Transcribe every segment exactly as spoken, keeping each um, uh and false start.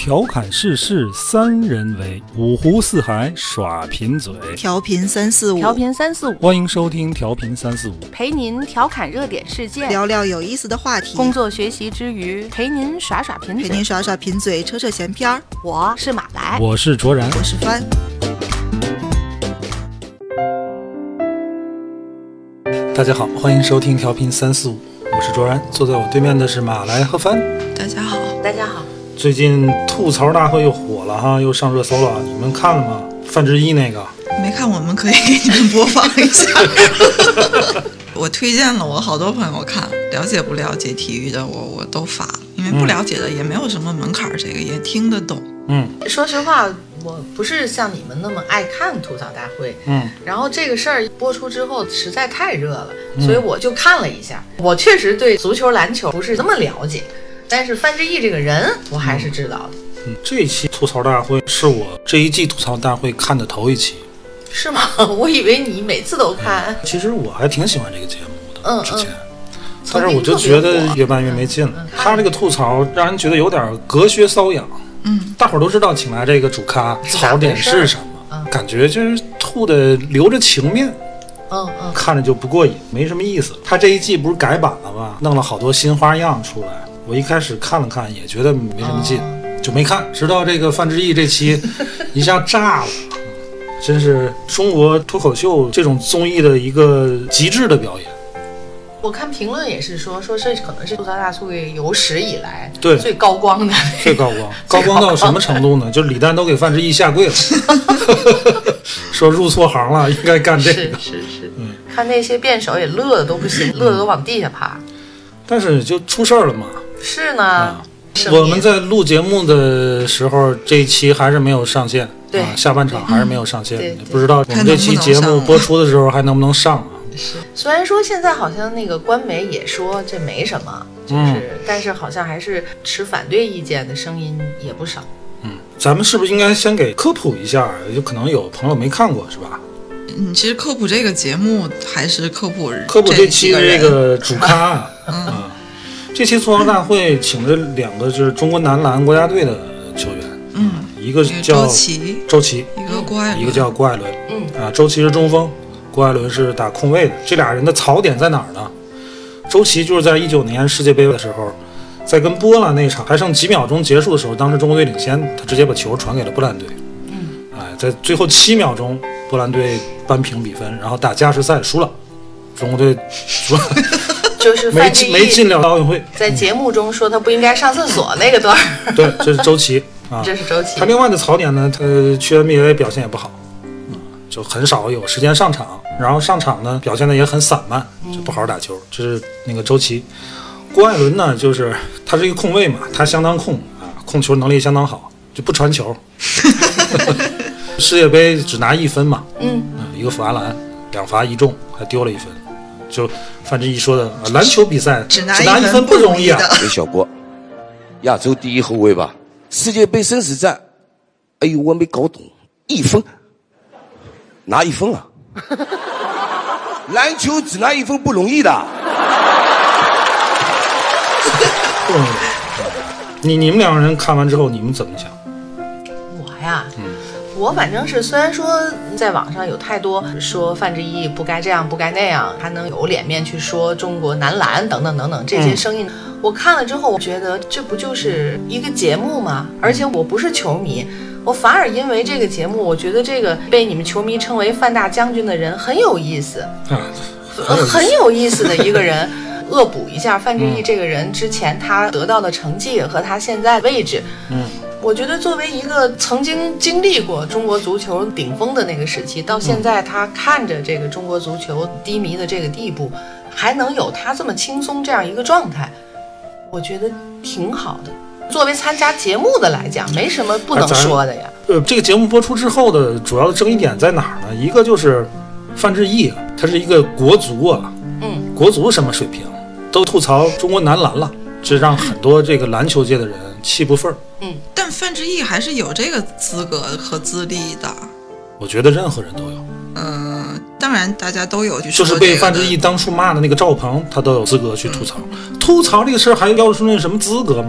调侃世事三人为，五湖四海耍贫嘴。 调频三四五， 调频三四五， 欢迎收听调频三四五， 陪您调侃热点事件， 聊聊有意思的话题， 工作学习之余陪您耍耍贫嘴， 陪您耍耍贫嘴，扯扯闲篇儿。 我是马来， 我是卓然， 我是帆。 大家好，欢迎收听调频三四五，我是卓然，坐在我对面的是马来和帆。 大家好， 大家好。 最近吐槽大会又火了哈，又上热搜了，你们看了吗？范志毅那个没看，我们可以给你们播放一下。我推荐了我好多朋友看，了解不了解体育的我我都发，因为不了解的也没有什么门槛，这个也听得懂。 嗯， 说实话，我不是像你们那么爱看吐槽大会， 嗯， 然后这个事儿播出之后实在太热了，所以我就看了一下。我确实对足球、篮球不是那么了解，但是范志毅这个人我还是知道的。 嗯，这一期吐槽大会是我这一季吐槽大会看的头一期。 是吗？我以为你每次都看。 嗯、其实我还挺喜欢这个节目的， 嗯， 之前， 嗯、 但是我就觉得越办越没劲了。嗯、他这个吐槽让人觉得有点隔靴搔痒。 嗯， 大伙儿都知道请来这个主咖槽点是什么， 嗯、 感觉就是吐的留着情面。 嗯嗯， 看着就不过瘾，没什么意思。他这一季不是改版了吗？弄了好多新花样出来。我一开始看了看，也觉得没什么劲，嗯、就没看。直到这个范志毅这期一下炸了。真是中国脱口秀这种综艺的一个极致的表演。 我看评论也是说，说这可能是吐槽大会有史以来对最高光的， 最高光，高光到什么程度呢？就是李诞都给范志毅下跪了，说入错行了，应该干这个。 是是是，嗯，看那些辩手也乐的都不行，乐的都往地下趴。 但是就出事儿了嘛。 是呢。啊我们在录节目的时候，这一期还是没有上线， 对、 啊，下半场还是没有上线， 对对不知道我们这期节目播出的时候还能不能上啊？ 是，虽然说现在好像那个官媒也说这没什么，就是，嗯、但是好像还是持反对意见的声音也不少。 嗯，咱们是不是应该先给科普一下？有可能有朋友没看过，是吧？ 嗯，其实科普这个节目还是科普科普这期的这个主咖，嗯。啊这期吐槽大会请了两个就是中国男篮国家队的球员， 嗯， 一个叫周琦， 周琦， 一个郭艾伦， 一个叫郭艾伦， 嗯啊，周琦是中锋，郭艾伦是打控卫的。这俩人的槽点在哪儿呢？周琦就是在一九年世界杯的时候，在跟波兰那场还剩几秒钟结束的时候，当时中国队领先，他直接把球传给了波兰队， 嗯， 哎，在最后七秒钟，波兰队扳平比分，然后打加时赛输了，中国队输了。 就是范志毅没进了奥运会， 在节目中说他不应该上厕所那个段儿。 对，这是周琦啊， 这是周琦。 他另外的槽点呢，他去 N B A 表现也不好，嗯，就很少有时间上场，然后上场呢表现的也很散漫，就不好好打球。嗯、这是那个周琦。郭艾伦呢，就是他是一个控卫嘛，他相当控啊，控球能力相当好，就不传球。世界杯只拿一分嘛， 嗯， 嗯一个罚篮，两罚一中，还丢了一分。就范志毅说的，啊、篮球比赛只拿一分不容易啊。 有小郭，亚洲第一后卫吧？世界杯生死战，哎呦，我没搞懂，一分拿一分啊！篮球只拿一分不容易的， 不容易。你你们两个人看完之后，你们怎么想？ 我呀， 嗯。 我反正是，虽然说在网上有太多说范志毅不该这样不该那样，还能有脸面去说中国男篮等等等等这些声音，嗯、我看了之后，我觉得这不就是一个节目吗？而且我不是球迷，我反而因为这个节目，我觉得这个被你们球迷称为范大将军的人很有意思， 啊、 很, 有很有意思的一个人。恶补一下范志毅这个人之前他得到的成绩和他现在的位置， 嗯。 我觉得作为一个曾经经历过中国足球顶峰的那个时期，到现在他看着这个中国足球低迷的这个地步，还能有他这么轻松这样一个状态，我觉得挺好的。作为参加节目的来讲，没什么不能说的呀。 呃，这个节目播出之后的主要的争议点在哪儿呢？一个就是范志毅，他是一个国足啊， 嗯， 国足什么水平？都吐槽中国男篮了，这让很多这个篮球界的人气不忿。 嗯， 但范志毅还是有这个资格和资历的。 我觉得任何人都有。 嗯、呃，当然大家都有去说、 这个，就是被范志毅当初骂的那个赵鹏，他都有资格去吐槽。嗯、吐槽这个事儿还要出那什么资格吗？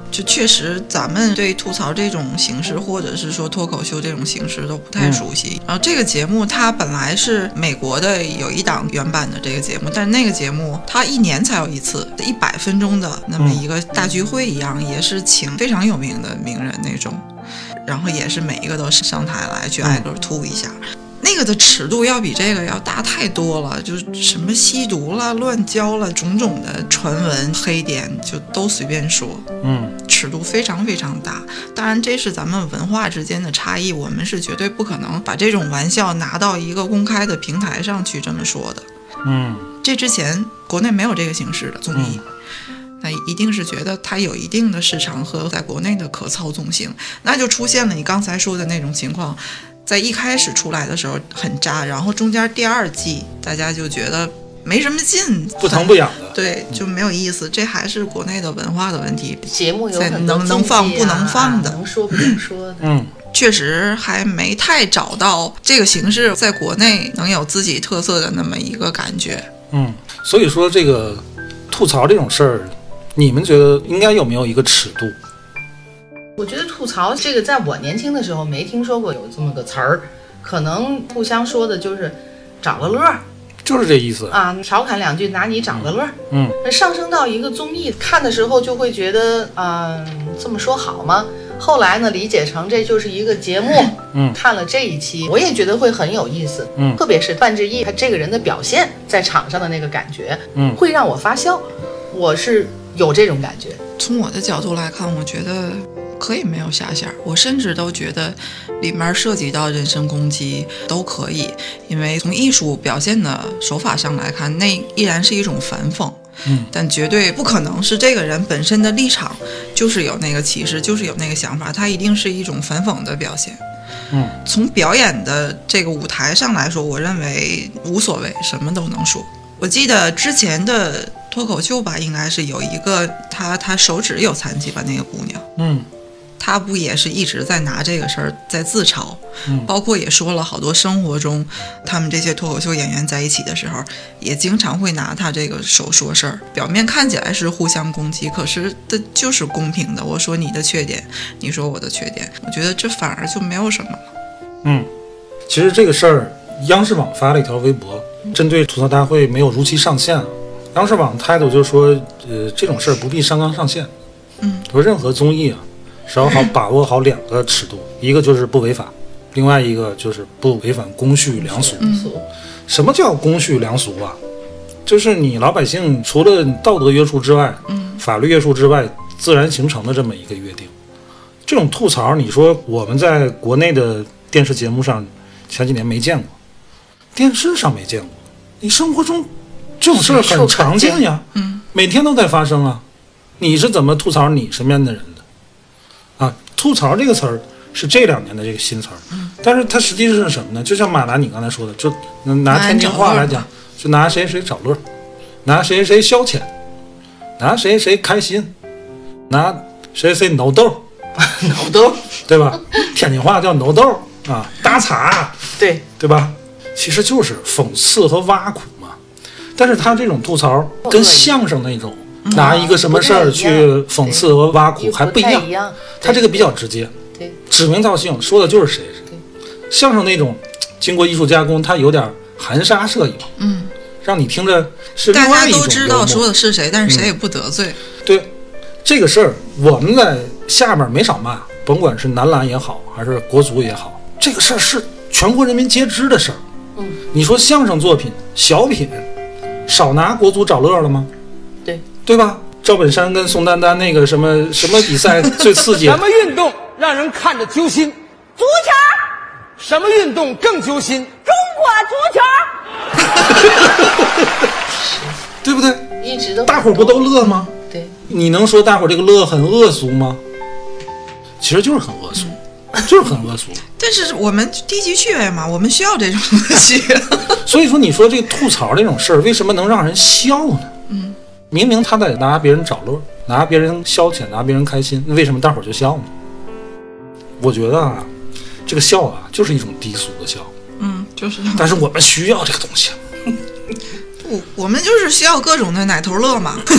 就确实咱们对吐槽这种形式或者是说脱口秀这种形式都不太熟悉、嗯、然后这个节目它本来是美国的有一档原版的这个节目，但是那个节目它一年才有一次一百分钟的那么一个大聚会一样、嗯、也是请非常有名的名人那种，然后也是每一个都上台来去挨个吐一下、嗯，那个的尺度要比这个要大太多了，就是什么吸毒了、乱交了，种种的传闻、黑点就都随便说， 嗯， 尺度非常非常大。当然，这是咱们文化之间的差异，我们是绝对不可能把这种玩笑拿到一个公开的平台上去这么说的。 嗯， 这之前国内没有这个形式的综艺。嗯，那一定是觉得它有一定的市场和在国内的可操纵性，那就出现了你刚才说的那种情况。在一开始出来的时候很渣，然后中间第二季大家就觉得没什么劲， 不疼不痒的， 对，就没有意思。这还是国内的文化的问题， 节目有很多、啊、 能能放不能放的， 能说不能说的。 嗯， 确实还没太找到这个形式在国内能有自己特色的那么一个感觉。 嗯，所以说这个吐槽这种事儿，你们觉得应该有没有一个尺度？ 我觉得吐槽这个在我年轻的时候没听说过有这么个词儿，可能互相说的就是找个乐， 就是这意思啊，调侃两句拿你找个乐。 嗯， 上升到一个综艺看的时候就会觉得嗯、呃，这么说好吗？后来呢理解成这就是一个节目。 嗯， 看了这一期我也觉得会很有意思。 嗯， 特别是范志毅他这个人的表现在场上的那个感觉， 嗯， 会让我发笑，我是有这种感觉。 从我的角度来看，我觉得可以没有下限，我甚至都觉得里面涉及到人身攻击都可以，因为从艺术表现的手法上来看，那依然是一种反讽。 嗯， 但绝对不可能是这个人本身的立场就是有那个歧视，就是有那个想法，他一定是一种反讽的表现。 嗯， 从表演的这个舞台上来说，我认为无所谓，什么都能说。我记得之前的脱口秀吧，应该是有一个他他手指有残疾吧，那个姑娘， 嗯， 他不也是一直在拿这个事儿在自嘲， 嗯， 包括也说了好多生活中他们这些脱口秀演员在一起的时候，也经常会拿他这个手说事儿。表面看起来是互相攻击，可是这就是公平的。我说你的缺点，你说我的缺点，我觉得这反而就没有什么了。 嗯，其实这个事儿，央视网发了一条微博，针对吐槽大会没有如期上线。央视网态度就是说，呃，这种事儿不必上纲上线。 嗯， 说任何综艺啊，是要好把握好两个尺度，一个就是不违法，另外一个就是不违反公序良俗。 嗯， 什么叫公序良俗啊？就是你老百姓除了道德约束之外， 嗯， 法律约束之外，自然形成的这么一个约定。这种吐槽，你说我们在国内的电视节目上前几年没见过，电视上没见过，你生活中这种事儿很常见呀， 嗯， 每天都在发生啊。你是怎么吐槽你身边的人的？啊，吐槽这个词儿是这两年的这个新词儿， 嗯， 但是它实际是什么呢？就像马兰你刚才说的，就拿天津话来讲，就拿谁谁找乐，拿谁谁消遣，拿谁谁开心，拿谁谁挠豆， 挠豆， 对吧？天津话叫挠豆啊，打岔， 对对吧？其实就是讽刺和挖苦嘛。但是他这种吐槽跟相声那种拿一个什么事儿去讽刺和挖苦还不一样， 一样他这个比较直接， 对， 指名道姓说的就是谁谁。相声那种经过艺术加工，它有点含沙射影， 嗯， 让你听着是另大家外一种都知道说的是谁，但是谁也不得罪。 嗯、对，这个事儿我们在下面没少骂，甭管是男篮也好，还是国足也好，这个事儿是全国人民皆知的事儿。 嗯， 你说相声作品、小品，少拿国足找乐了吗？ 对， 对吧？赵本山跟宋丹丹那个什么什么比赛最刺激？ 什么运动让人看着揪心？ 足球。 什么运动更揪心？ 中国足球。 对不对？ 一直都大伙不都乐吗？ 对， 你能说大伙这个乐很恶俗吗？其实就是很恶俗，嗯、就是很恶俗。 但是我们低级趣味嘛，我们需要这种东西。 所以说，你说这个吐槽这种事儿，为什么能让人笑呢？ 嗯， 明明他在拿别人找乐，拿别人消遣，拿别人开心，为什么大伙就笑呢？我觉得啊，这个笑啊，就是一种低俗的笑。 嗯，就是。 但是我们需要这个东西。 不，我们就是需要各种的奶头乐嘛。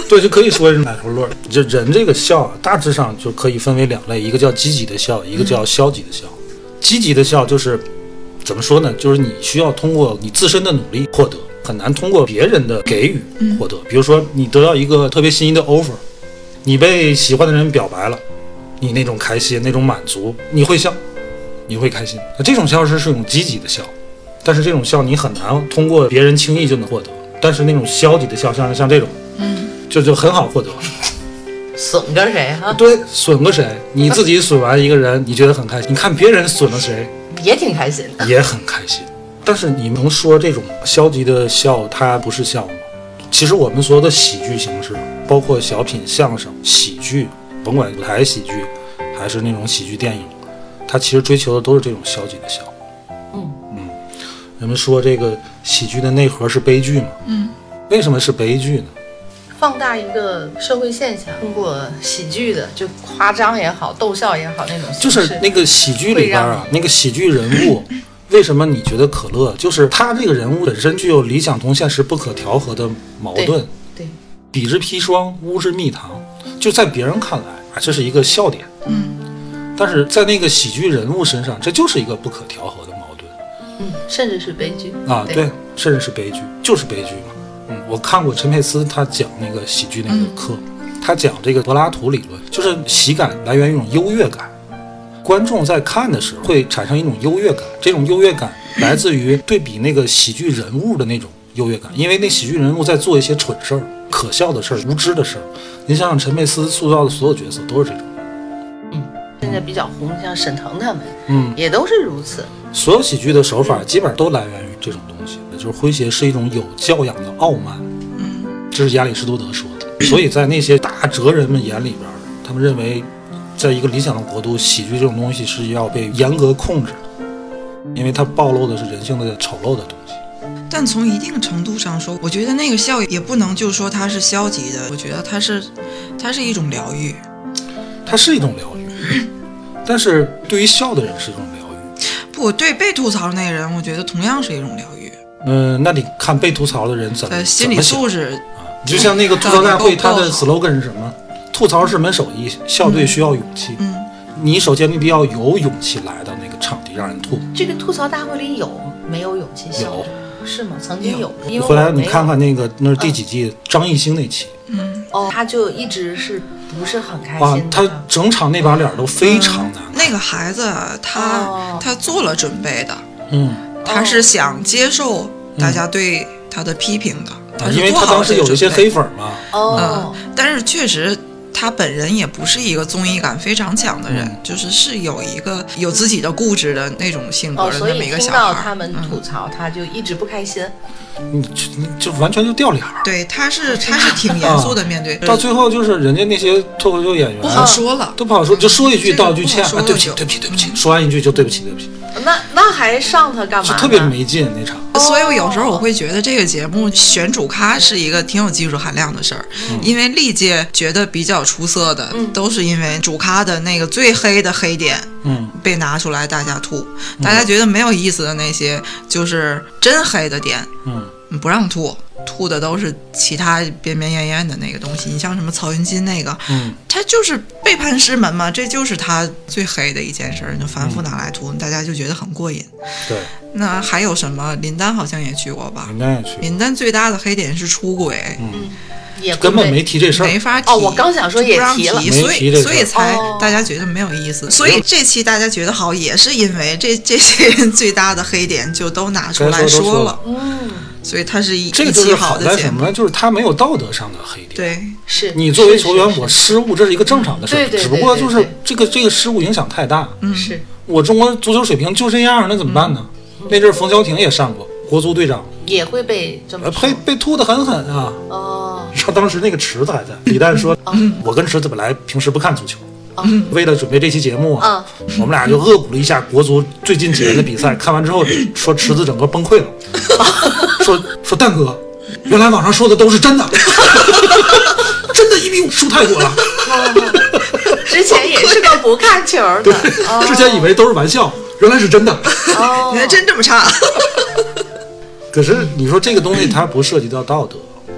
对，就可以说是奶头乐。这人这个笑啊，大致上就可以分为两类，一个叫积极的笑，一个叫消极的笑。积极的笑就是怎么说呢？就是你需要通过你自身的努力获得，很难通过别人的给予获得。比如说你得到一个特别心仪的 offer， 你被喜欢的人表白了，你那种开心，那种满足，你会笑，你会开心。那这种笑是是一种积极的笑，但是这种笑你很难通过别人轻易就能获得。但是那种消极的笑，像像这种，嗯，就就很好获得。 损个谁哈？ 对，损个谁？你自己损完一个人，你觉得很开心；你看别人损了谁， 也挺开心的， 也很开心。但是你能说这种消极的笑它不是笑吗？其实我们所有的喜剧形式，包括小品、相声、喜剧，甭管舞台喜剧还是那种喜剧电影，它其实追求的都是这种消极的笑。 嗯嗯，人们说这个喜剧的内核是悲剧嘛？ 嗯， 为什么是悲剧呢？ 放大一个社会现象，通过喜剧的就夸张也好，逗笑也好，那种形式就是那个喜剧里边啊，那个喜剧人物，为什么你觉得可乐？就是他这个人物本身具有理想同现实不可调和的矛盾。 对，对， 彼之砒霜，乌之蜜糖，就在别人看来啊，这是一个笑点。 嗯， 但是在那个喜剧人物身上，这就是一个不可调和的矛盾。 嗯，甚至是悲剧啊，对，甚至是悲剧，就是悲剧嘛。嗯，我看过陈佩斯他讲那个喜剧那个课，嗯、他讲这个柏拉图理论，就是喜感来源于一种优越感，观众在看的时候会产生一种优越感，这种优越感来自于对比那个喜剧人物的那种优越感，因为那喜剧人物在做一些蠢事儿、可笑的事儿、无知的事儿。您想想陈佩斯塑造的所有角色都是这种。 嗯，现在比较红，像沈腾他们， 嗯， 也都是如此。 所有喜剧的手法基本上都来源于这种东西，就是诙谐是一种有教养的傲慢。 嗯， 这是亚里士多德说的。所以在那些大哲人们眼里边，他们认为，在一个理想的国度，喜剧这种东西是要被严格控制的，因为它暴露的是人性的丑陋的东西。 但从一定程度上说，我觉得那个笑也不能就说它是消极的，我觉得它是，它是一种疗愈。 它是一种疗愈，但是对于笑的人是一种疗愈。 不，对被吐槽那个人，我觉得同样是一种疗愈。 嗯、呃，那你看被吐槽的人怎么在心理素质啊？你就像那个吐槽大会，它的 slogan 是什么？吐槽是门手艺，笑对需要勇气。 嗯， 你首先你得要有勇气来到那个场地让人吐。 这个吐槽大会里有没有勇气笑？有是吗？曾经有。 你回来你看看那个那是第几季、嗯、张艺兴那期。 嗯， 哦，他就一直是不是很开哇心的。 他整场那把脸都非常难、 嗯。那个孩子他、哦、他做了准备的。 嗯， 他是想接受大家对他的批评的。嗯、他是因为他当时有一些黑粉嘛。 哦、 嗯，但是确实。他本人也不是一个综艺感非常强的人， 嗯、 就是是有一个有自己的固执的那种性格的那么一个小孩。 哦、所以听到他们吐槽、嗯，他就一直不开心。 你就完全就掉脸儿。 对，他是他是挺严肃的面对、 啊。到最后就是人家那些脱口秀演员不好说了， 都不好说，就说一句道一句歉，啊，对不起，对不起，对不起，说完一句就对不起，对不起。 那那还上他干嘛？ 特别没劲那场。 所以我有时候我会觉得这个节目选主咖是一个挺有技术含量的事儿、 嗯， 因为历届觉得比较出色的、嗯、都是因为主咖的那个最黑的黑点， 嗯， 被拿出来大家吐、嗯，大家觉得没有意思的那些就是真黑的点， 嗯， 不让吐。吐的都是其他边边艳艳的那个东西，你像什么曹云金那个， 嗯， 他就是背叛师门嘛，这就是他最黑的一件事，就反复拿来吐、嗯，大家就觉得很过瘾。 对， 那还有什么？林丹好像也去过吧？ 林丹也去。 林丹最大的黑点是出轨， 嗯，也根本没提这事儿， 没法提。 哦，我刚想说也提了， 所以所以才大家觉得没有意思。哦、所以这期大家觉得好，也是因为这这些人最大的黑点就都拿出来说了。 嗯。 所以它是一这个就是好在什么呢？就是他没有道德上的黑点。 对， 是你作为球员，我失误这是一个正常的事儿，只不过就是这个这个失误影响太大。 嗯， 是我中国足球水平就这样，那怎么办呢？嗯、那阵儿冯潇霆也上过国足队长， 也会被这么被被吐得很狠啊。 哦， 他当时那个池子还在。李诞说：“嗯、我跟池子本来平时不看足球。”嗯、为了准备这期节目啊、嗯，我们俩就恶补了一下国足最近几年的比赛。看完之后，说池子整个崩溃了，说说蛋哥，原来网上说的都是真的，真的一比五输泰国了。 之前也是个不看球的， 对、哦，之前以为都是玩笑，原来是真的。 哦，原来真这么差。 可是你说这个东西它不涉及到道德，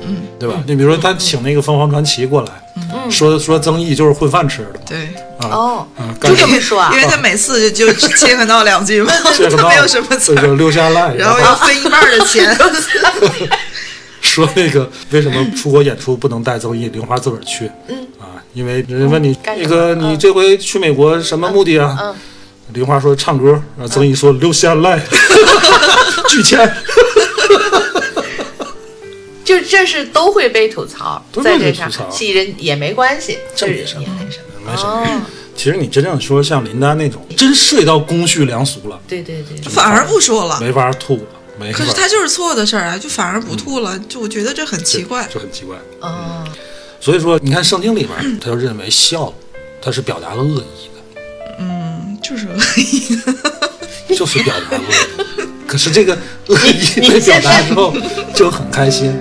嗯， 对吧？你比如说他请那个凤凰传奇过来， 嗯说说曾毅就是混饭吃的， 对。 啊， 哦， 嗯， 就这么说啊因？为他每次就就切合到两句嘛，他这个闹没有什么词儿， 这就留下来， 然后要分一半的钱。 说那个为什么出国演出不能带曾毅，玲花自个儿去？ 嗯啊，因为人家问你干什么那个你这回去美国什么目的啊？ 嗯， 玲花说唱歌，然后曾毅说留下来，拒签。 就这是都会被吐槽， 都在这上会被吐槽戏人也没关系，就是这没什么也没什么， 没什么。 哦， 其实你真正说像林丹那种，真涉及到公序良俗了， 对对对， 反而不说了。 没法吐了，没法。 可是他就是错的事儿啊，就反而不吐了，就我觉得这很奇怪。 就很奇怪。 哦， 所以说，你看圣经里边，他就认为笑，它是表达了恶意的， 嗯，就是恶意的。 就是表达恶意。可是这个恶意被表达之后，就很开心。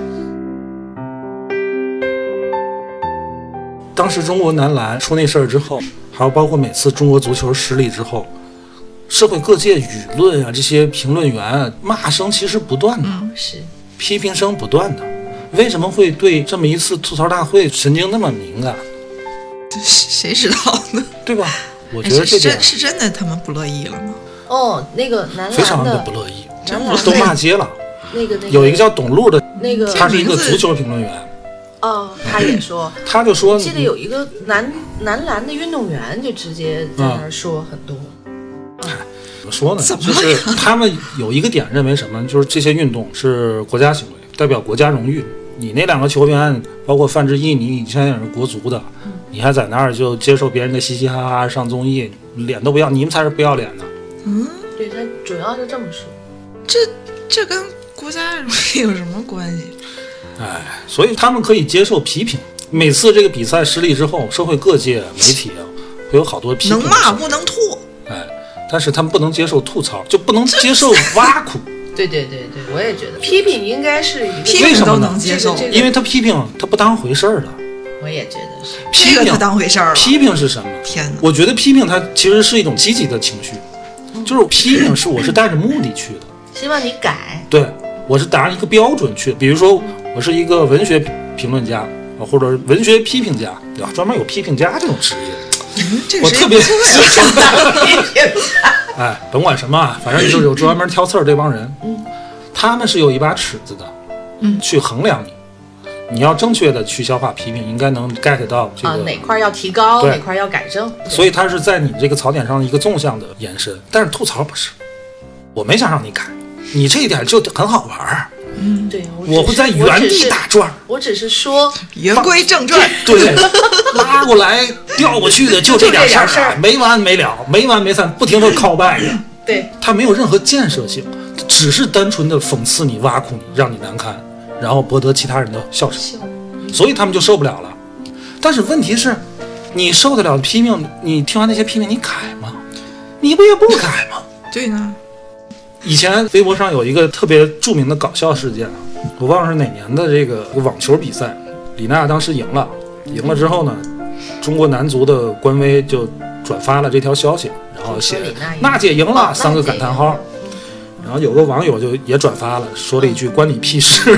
当时中国男篮出那事儿之后，还有包括每次中国足球失利之后，社会各界舆论啊，这些评论员啊骂声其实不断的， 是批评声不断的。为什么会对这么一次吐槽大会神经那么敏感？ 谁知道呢？ 对吧？我哎觉得这点是真是真的，他们不乐意了吗？ 哦，那个男非常篮的的不乐意， 男篮都骂街了。 那个那个有一个叫董路的， 那个他是一个名字足球评论员， 哦，他也说， 他就说， 记得有一个男男篮的运动员就直接在那儿说很多， 怎么说呢？ 怎么了就是他们有一个点认为什么？就是这些运动是国家行为，代表国家荣誉。你那两个球员，包括范志毅，你以前也是国足的，你还在那儿就接受别人的嘻嘻哈哈上综艺，脸都不要，你们才是不要脸的。 对他主要是这么说。 这这跟国家荣誉有什么关系？ 哎，所以他们可以接受批评。每次这个比赛失利之后，社会各界媒体啊会有好多批评， 能骂不能吐。 哎，但是他们不能接受吐槽，就不能接受挖苦。 对对对对，我也觉得批评应该是一个批评都能接受这个这个因为他批评他不当回事儿了。 我也觉得是。 批评这个他当回事儿了。 批评是什么？ 天哪！ 我觉得批评它其实是一种积极的情绪，就是批评是我是带着目的去的， 希望你改。 对我是打着一个标准去的。比如说我是一个文学评论家啊，或者文学批评家，对吧？专门有批评家这种职业， 嗯这个谁我特别批评哎，甭管什么啊，反正就是有专门挑刺儿这帮人，他们是有一把尺子的， 嗯， 去衡量你。你要正确的去消化批评，应该能 get 到这个、 啊，哪块要提高， 对哪块要改正。 所以它是在你这个槽点上的一个纵向的延伸。但是吐槽不是，我没想让你改，你这一点就很好玩儿， 对， 我会在原地打转。 我只是说， 言归正传， 对，拉过来调过去的就这点事儿、 就这点事啊，没完没了，没完没散，不停的靠拜的。 对， 它没有任何建设性，只是单纯的讽刺你、挖苦你，让你难堪，然后博得其他人的笑声，所以他们就受不了了。但是问题是，你受得了批评，你听完那些批评，你改吗？你不也不改吗？ 对呢。 以前微博上有一个特别著名的搞笑事件，我忘了是哪年的这个网球比赛，李娜当时赢了，赢了之后呢，中国男足的官微就转发了这条消息，然后写娜姐赢了三个感叹号，然后有个网友就也转发了，说了一句关你屁事。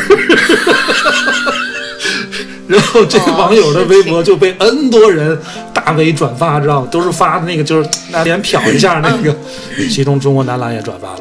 然后这个网友的微博就被 N 多人大 V 转发，知道吗？都是发的那个就是拿脸瞟一下那个，其中中国男篮也转发了。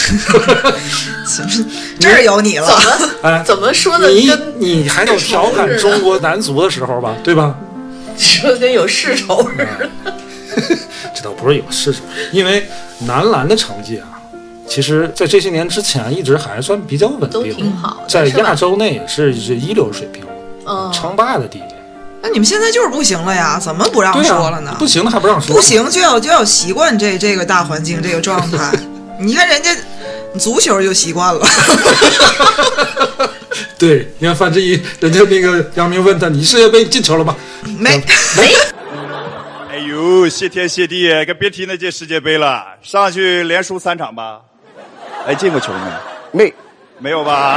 这儿有你了， 怎么、哎、怎么说的？ 你你还有调侃中国男足的时候吧，对吧？ 说的跟有世仇似的。 这倒不是有世仇，因为男篮的成绩啊，其实在这些年之前一直还算比较稳定， 都挺好， 在亚洲内也是是一流水平， 嗯， 称霸的地位。 那你们现在就是不行了呀？怎么不让说了呢？ 啊、不行了还不让说？ 不行就要就要习惯这这个大环境这个状态。你看人家足球就习惯了。 对，你看范志毅，人家那个杨明问他：“你世界杯进球了吗？” 没没。 哎呦，谢天谢地，可别提那届世界杯了，上去连输三场吧。哎，进过球没？ 没， 没有吧？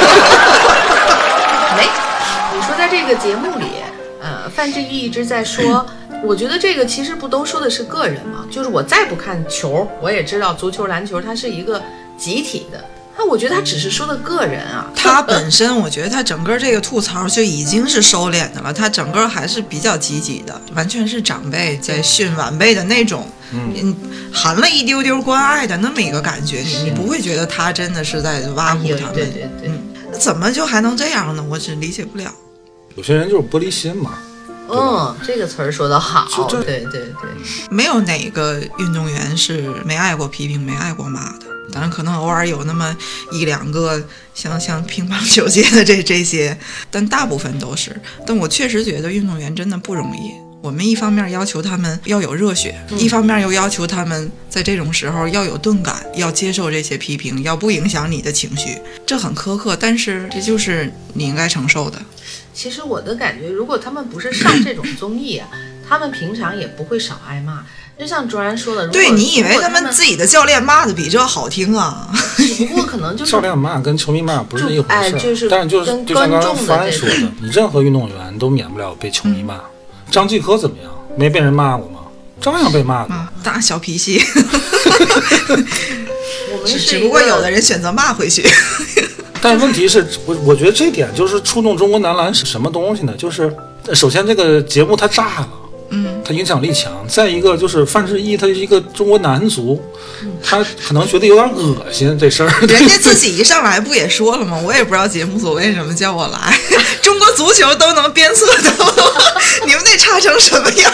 没。你说在这个节目里，呃，范志毅一直在说，我觉得这个其实不都说的是个人吗？就是我再不看球，我也知道足球、篮球它是一个集体的。那我觉得他只是说的个人啊， 他本身我觉得他整个这个吐槽就已经是收敛的了，他整个还是比较积极的，完全是长辈在训晚辈的那种，嗯，含了一丢丢关爱的那么一个感觉，你你不会觉得他真的是在挖苦他们， 对对对， 嗯，怎么就还能这样呢？我是理解不了。 有些人就是玻璃心嘛。 嗯，这个词儿说得好，对对对， 没有哪个运动员是没挨过批评、没挨过骂的。当然，可能偶尔有那么一两个像像乒乓球界的这这些，但大部分都是。但我确实觉得运动员真的不容易。我们一方面要求他们要有热血，嗯、一方面又要求他们在这种时候要有钝感，要接受这些批评，要不影响你的情绪。这很苛刻，但是这就是你应该承受的。 其实我的感觉，如果他们不是上这种综艺啊，他们平常也不会少挨骂。就像卓然说的， 对，你以为他们自己的教练骂的比这好听啊？ 只不过可能就是教练骂跟球迷骂不是一回事， 哎就是、 但是就是就像刚刚帆说的，你任何运动员都免不了被球迷骂。嗯、张继科怎么样？没被人骂过吗？照样被骂的、 啊，大小脾气。 我们是只不过有的人选择骂回去。 但是问题是我我觉得这点就是触动中国男篮是什么东西呢？就是首先这个节目它炸了， 嗯， 它影响力强。再一个就是范志毅他是一个中国男足，他可能觉得有点恶心这事儿。 人家自己一上来不也说了吗？我也不知道节目组为什么叫我来，中国足球都能鞭策的，你们得差成什么样？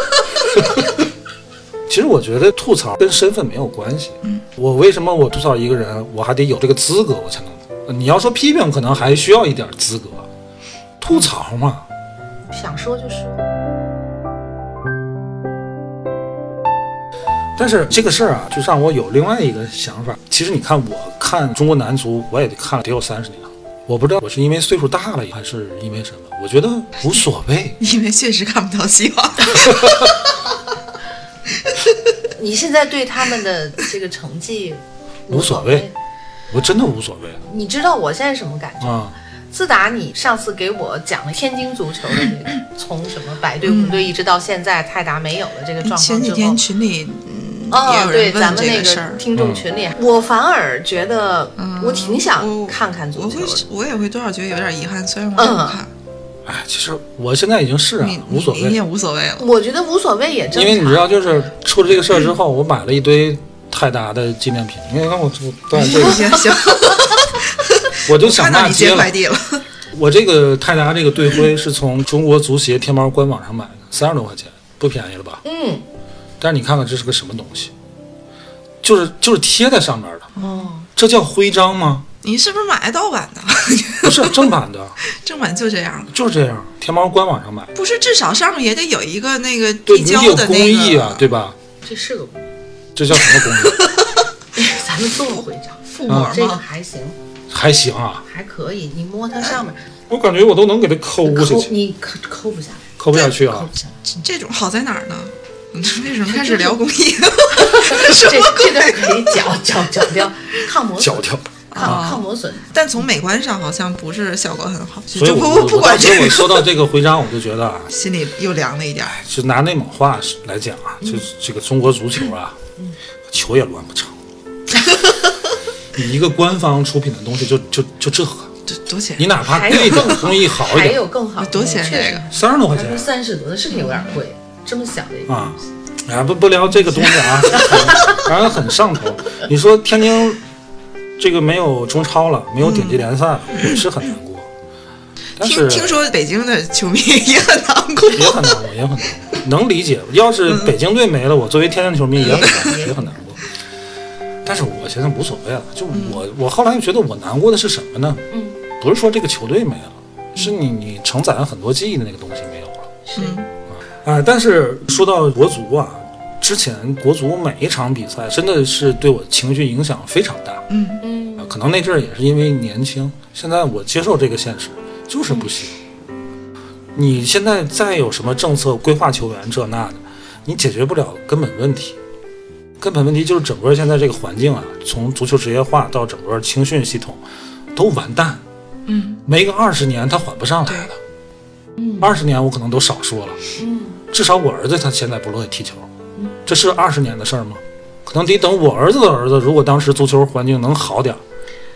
其实我觉得吐槽跟身份没有关系。 嗯， 我为什么我吐槽一个人，我还得有这个资格我才能。你要说批评，可能还需要一点资格，吐槽嘛， 想说就说。 但是这个事儿啊，就让我有另外一个想法。其实你看，我看中国男足，我也得看了得有三十年了。我不知道我是因为岁数大了，还是因为什么？我觉得无所谓， 因为确实看不到希望。 你现在对他们的这个成绩无所谓。我真的无所谓。 你知道我现在什么感觉？ 啊、 自打你上次给我讲了天津足球的这个，从什么百队红队一直到现在泰达没有的这个状况之后， 前几天群里嗯哦， 也有人问这个事儿，对，咱们那个听众群里，嗯、我反而觉得我挺想看看足球的。 我, 我, 会我也会多少觉得有点遗憾，虽然我没有看。 哎、嗯，其实我现在已经是啊，无所谓， 你也无所谓了。 我觉得无所谓也正常， 因为你知道，就是出了这个事儿之后，我买了一堆泰达的纪念品。你看我我当然这个行行。 我就想骂街了。 快递了。 我这个泰达这个队徽是从中国足协天猫官网上买的，三十多块钱，不便宜了吧？ 嗯。 但是你看看这是个什么东西，就是就是贴在上面的。 哦。 这叫徽章吗？ 你是不是买盗版的？ 不是正版的。 正版就这样。 就是这样，天猫官网上买。 不是，至少上面也得有一个那个递交的那个。 对，你有工艺啊，对吧？ 这是个工艺。 这叫什么工艺？ 咱们做徽章。 覆膜吗？ 这个还行。 还行啊， 还可以。你摸它上面， 我感觉我都能给它抠下去。 你抠抠不下来， 抠不下去啊。 这种好在哪儿呢？为什么开始聊工艺？ 这这段可以绞绞绞掉，抗磨绞掉， 抗抗磨损。 但从美观上好像不是效果很好。 所以我不不管这个， 我收到这个徽章，我就觉得啊， 心里又凉了一点。 就拿内蒙话来讲啊，就这个中国足球啊，球也乱不成。你一个官方出品的东西就就就这个， 多钱？ 你哪怕贵的工艺好一点， 还有更好， 多钱这个？ 三十多块钱， 三十多，那是挺有点贵，这么小的一个啊！哎呀，不不聊这个东西啊，让人很上头。你说天津这个没有中超了，没有顶级联赛了，也是很难过。但是听听说北京的球迷也很难过， 也很难过，也很难过，能理解。要是北京队没了，我作为天津球迷也很难过，也很难过。但是我现在无所谓了，就我、嗯、我后来觉得我难过的是什么呢？ 嗯， 不是说这个球队没了，是你你承载了很多记忆的那个东西没有了。 是啊、呃，但是说到国足啊，之前国足每一场比赛真的是对我情绪影响非常大。 嗯嗯、 呃，可能那阵儿也是因为年轻，现在我接受这个现实，就是不行。嗯、你现在再有什么政策规划球员这那的，你解决不了根本问题。根本问题就是整个现在这个环境啊，从足球职业化到整个青训系统都完蛋。 嗯， 没个二十年他缓不上来的。 嗯， 二十年我可能都少说了。 嗯， 至少我儿子他现在不乐意踢球。嗯，这是二十年的事儿吗？可能得等我儿子的儿子，如果当时足球环境能好点，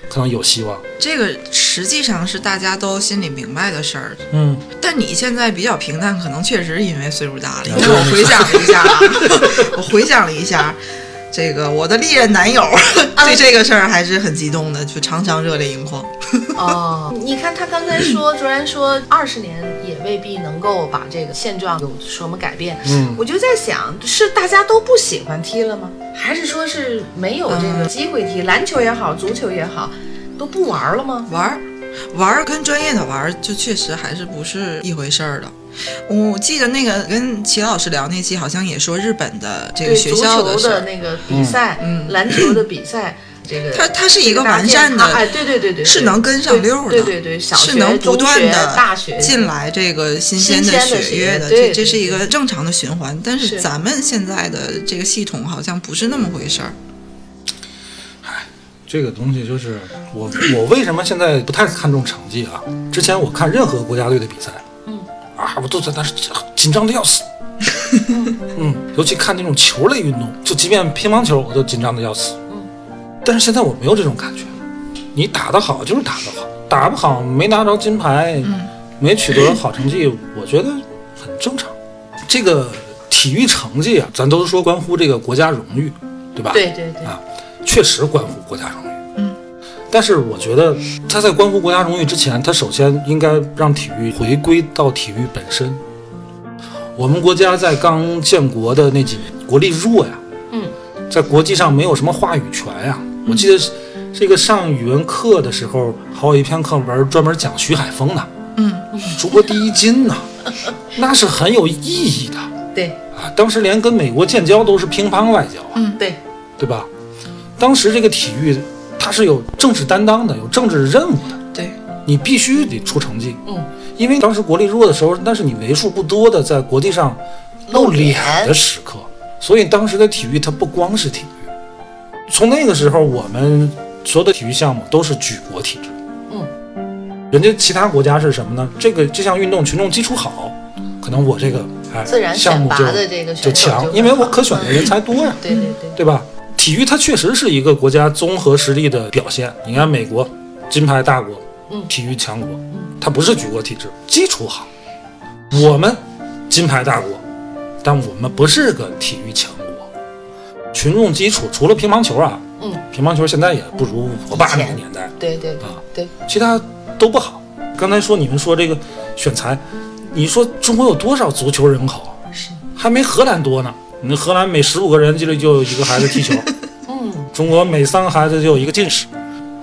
可能有希望。 这个实际上是大家都心里明白的事儿。 嗯， 但你现在比较平淡，可能确实因为岁数大了。因为我回想了一下啊，我回想了一下。这个我的历任男友对这个事儿还是很激动的，就常常热泪盈眶。 哦，你看他刚才说，卓然说二十年也未必能够把这个现状有什么改变。 嗯， 我就在想，是大家都不喜欢踢了吗？还是说是没有这个机会踢？篮球也好，足球也好，都不玩了吗？ 玩，玩跟专业的玩就确实还是不是一回事儿的。我记得那个跟齐老师聊那期，好像也说日本的这个学校的足球的那个比赛，嗯，篮球的比赛，这个它它是一个完善的， 哎，对对对对， 是能跟上溜的， 对对对，小学、 是能不断的大学进来这个新鲜的血液的，这这是一个正常的循环。但是咱们现在的这个系统好像不是那么回事儿。 哎，这个东西就是我我为什么现在不太看重成绩啊？之前我看任何国家队的比赛。啊，我都在那是紧张的要死，嗯，尤其看那种球类运动，就即便乒乓球，我都紧张的要死。嗯，但是现在我没有这种感觉，你打得好就是打得好，打不好没拿着金牌，嗯、没取得好成绩，我觉得很正常。这个体育成绩啊，咱都说关乎这个国家荣誉，对吧？ 对对对， 啊，确实关乎国家荣誉。但是我觉得他在关乎国家荣誉之前，他首先应该让体育回归到体育本身。我们国家在刚建国的那几年，国力弱呀，嗯，在国际上没有什么话语权呀。我记得这个上语文课的时候，还有一篇课文专门讲徐海峰呢，嗯，中国第一金呢，那是很有意义的。 对啊，当时连跟美国建交都是乒乓外交啊， 嗯，对， 对吧？当时这个体育。它是有政治担当的，有政治任务的。 对， 你必须得出成绩。 嗯， 因为当时国力弱的时候，那是你为数不多的在国际上露脸的时刻。所以当时的体育它不光是体育。从那个时候，我们所有的体育项目都是举国体制。嗯，人家其他国家是什么呢？这个这项运动群众基础好，可能我这个哎自然项目就的这个就强，因为我可选的人才多呀。 对对对， 对吧？体育它确实是一个国家综合实力的表现。你看美国金牌大国，嗯，体育强国，嗯，它不是举国体制，基础好。我们金牌大国，但我们不是个体育强国。群众基础除了乒乓球啊，嗯，乒乓球现在也不如我爸那个年代， 对对对啊， 对， 其他都不好。刚才说你们说这个选材，你说中国有多少足球人口？是还没荷兰多呢。你荷兰每十五个人就就有一个孩子踢球，嗯，中国每三个孩子就有一个近视，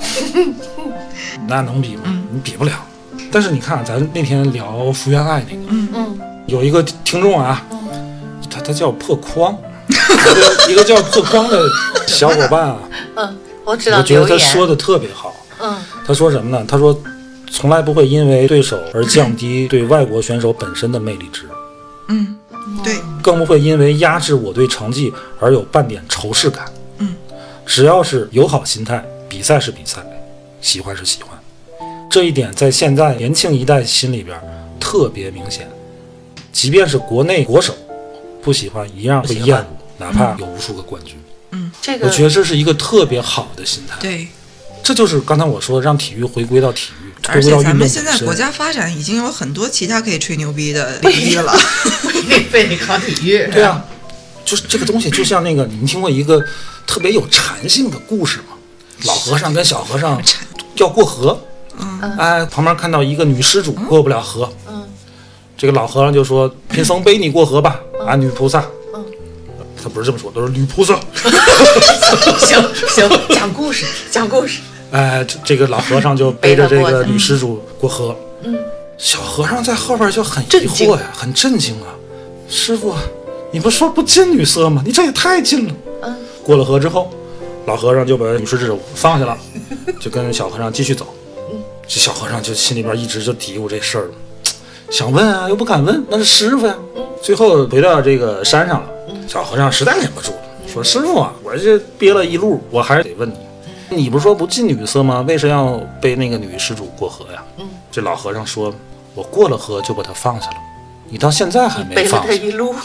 那能比吗？你比不了。但是你看，咱那天聊福原爱那个，嗯嗯，有一个听众啊，他他叫破框，一个叫破框的小伙伴啊， 嗯，我知道， 我觉得他说的特别好，嗯，他说什么呢？他说，从来不会因为对手而降低对外国选手本身的魅力值， 嗯。对， 更不会因为压制我对成绩而有半点仇视感。嗯，只要是友好心态，比赛是比赛，喜欢是喜欢。这一点在现在年轻一代心里边特别明显。即便是国内国手，不喜欢一样会厌恶，哪怕有无数个冠军。 嗯， 这个我觉得这是一个特别好的心态。 对， 这就是刚才我说的，让体育回归到体育。 而且咱们现在国家发展已经有很多其他可以吹牛逼的领域了， 非得考体育。 对啊，就是这个东西，就像那个你们听过一个特别有禅性的故事吗？老和尚跟小和尚要过河，嗯，哎，旁边看到一个女施主过不了河，嗯，这个老和尚就说：“贫僧背你过河吧，啊，女菩萨。”嗯，他不是这么说，都是女菩萨。 行行，讲故事，讲故事。 哎，这个老和尚就背着这个女施主过河，嗯，小和尚在后边就很疑惑呀，很震惊啊，师傅，你不说不近女色吗？你这也太近了。嗯，过了河之后，老和尚就把女施主放下了，就跟小和尚继续走。嗯，这小和尚就心里边一直就嘀咕这事儿，想问啊又不敢问，那是师傅呀。嗯，最后回到这个山上了，小和尚实在忍不住了，说：“师傅啊，我这憋了一路，我还是得问你。”你不是说不近女色吗？为什么要背那个女施主过河呀？嗯，这老和尚说：“我过了河就把她放下了，你到现在还没放下。” 背了她一路。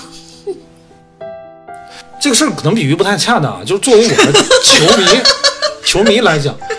这个事儿可能比喻不太恰当，就是作为我们球迷，球迷来讲，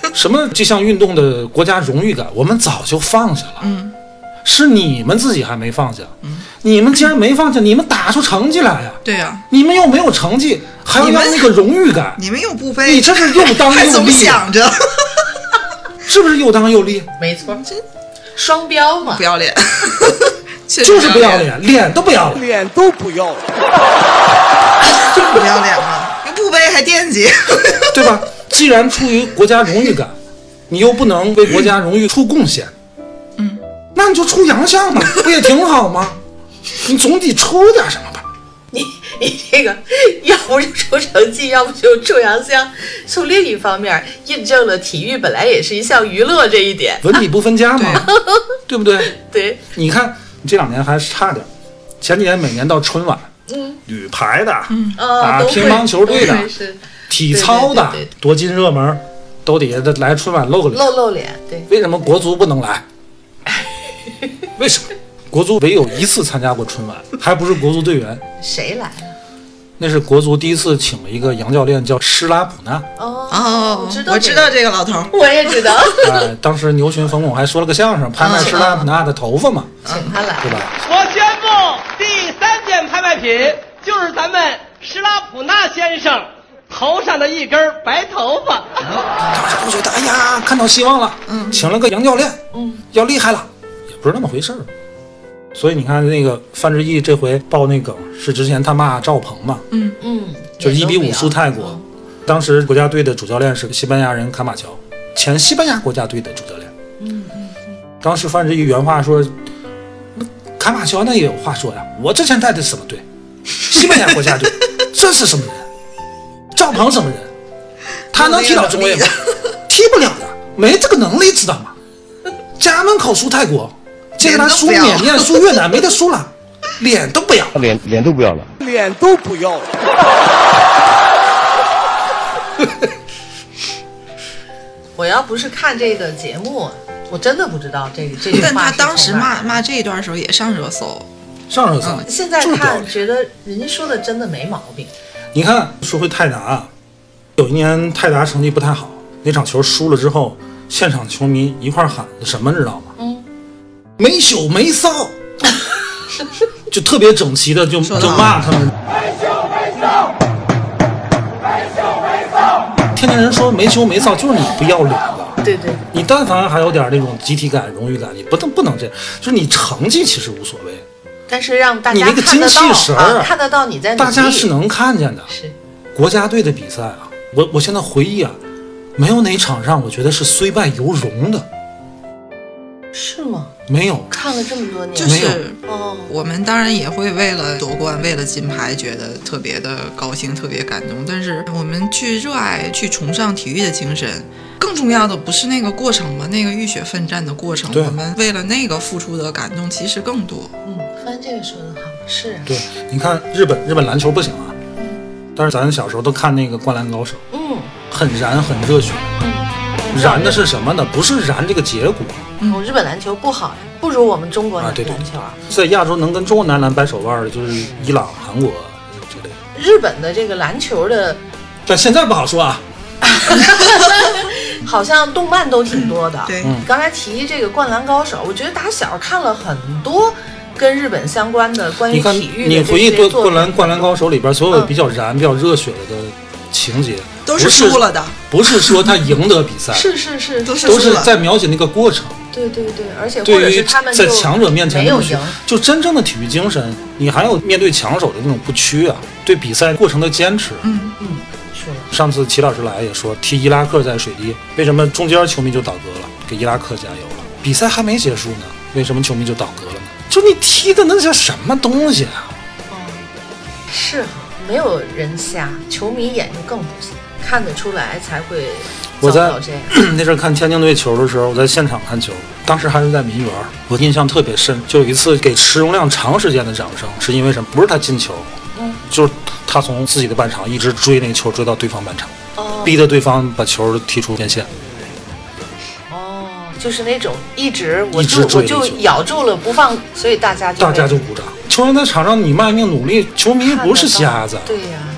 什么这项运动的国家荣誉感，我们早就放下了。 嗯， 是你们自己还没放下。嗯，你们既然没放下，你们打出成绩来呀。 对呀、啊， 你们又没有成绩，还要要那个荣誉感， 你们又不背， 你这是又当又立， 还总想着， 是不是又当又立？ 没错，这双标嘛， 不要脸。 就是不要脸，脸都不要了， 脸都不要了， 就是不要脸嘛，又不背还惦记， 对吧？既然出于国家荣誉感，你又不能为国家荣誉出贡献， 嗯， 那你就出洋相嘛，不也挺好吗？你总得出点什么吧？ 你你这个要不是出成绩，要不就出洋相，从另一方面印证了体育本来也是一项娱乐这一点， 文体不分家嘛，对不对？ 对， 你看。这两年还是差点，前几年每年到春晚，嗯，女排的，嗯啊，乒乓球队的，体操的，对对对对夺金热门，都得来春晚露个脸， 露露脸。对， 为什么国足不能来？为什么？国足唯有一次参加过春晚，还不是国足队员。 谁来了？ 那是国足第一次请了一个洋教练，叫施拉普纳。 哦哦，我知道，我知道这个老头， 我也知道。 哎，当时牛群冯巩还说了个相声，拍卖施拉普纳的头发嘛， 请他来， 对吧？ 我宣布，第三件拍卖品就是咱们施拉普纳先生头上的一根白头发。 当时都觉得，哎呀，看到希望了，嗯，请了个洋教练，嗯，要厉害了，也不是那么回事儿。所以你看那个范志毅这回爆那梗是之前他骂赵鹏嘛， 嗯嗯， 就一比五输泰国，嗯，当时国家队的主教练是个西班牙人卡马乔，前西班牙国家队的主教练， 嗯嗯嗯， 当时范志毅原话说，卡马乔那也有话说呀，我之前带的什么队，西班牙国家队，这是什么人？赵鹏什么人？他能踢到中卫吗？踢不了的，没这个能力，知道吗？家门口输泰国。接下来输缅甸、输越南，没得输了，脸都不要， 脸脸都不要了， 脸都不要了。 我要不是看这个节目，我真的不知道这这句话。 但他当时骂骂这一段的时候也上热搜， 上热搜。 嗯、现在看觉得人家说的真的没毛病。 你看，说回泰达，有一年泰达成绩不太好，那场球输了之后，现场球迷一块喊什么知道吗？嗯。没羞没臊，就特别整齐的就就骂他们。没羞没臊，没羞没臊。天津人说没羞没臊，就是你不要脸了。 对对。 你但凡还有点那种集体感、荣誉感，你不能不能这样。就是你成绩其实无所谓， 但是让大家你那个精气神儿、 啊，看得到你在努力， 大家是能看见的。 是。 国家队的比赛啊，我我现在回忆啊，没有哪场让我觉得是虽败犹荣的。 是吗？ 没有， 看了这么多年， 就是哦，我们当然也会为了夺冠、为了金牌觉得特别的高兴、特别感动。但是我们去热爱、去崇尚体育的精神，更重要的不是那个过程吗？那个浴血奋战的过程，我们为了那个付出的感动其实更多。 嗯，翻这个说的好，是、啊。 对，你看日本，日本篮球不行啊，但是咱小时候都看那个《灌篮高手》， 嗯， 很燃，很热血。嗯。燃的是什么呢？不是燃这个结果。 嗯，日本篮球不好呀，不如我们中国篮球啊。 对对对，在亚洲能跟中国男篮掰手腕的，就是伊朗、韩国之类的。 日本的这个篮球的， 但现在不好说啊。 好像动漫都挺多的。 对， 嗯，刚才提这个《灌篮高手》，我觉得打小看了很多跟日本相关的关于体育的。 你回忆《灌篮灌篮高手》里边所有比较燃、嗯、比较热血的情节。 都是输了的， 不是说他赢得比赛， 是是是， 都是都是在描写那个过程。 对对对，而且或者是他们在强者面前没有赢， 就真正的体育精神，你还有面对强手的那种不屈啊，对比赛过程的坚持。 嗯嗯，是。 上次齐老师来也说，踢伊拉克在水滴，为什么中间球迷就倒戈了，给伊拉克加油了？比赛还没结束呢，为什么球迷就倒戈了呢？就你踢的那叫什么东西啊？ 哦，是哈，没有人瞎，球迷眼睛更不瞎。看得出来才会我在这样。 那阵看天津队球的时候，我在现场看球，当时还是在民园，我印象特别深。就有一次给池荣亮长时间的掌声，是因为什么？不是他进球，嗯，就是他从自己的半场一直追那个球，追到对方半场，哦，逼得对方把球踢出边线。 哦，就是那种一直我一直追我就咬住了不放，所以大家就大家就鼓掌。球员在场上你卖命努力，球迷不是瞎子。 对呀。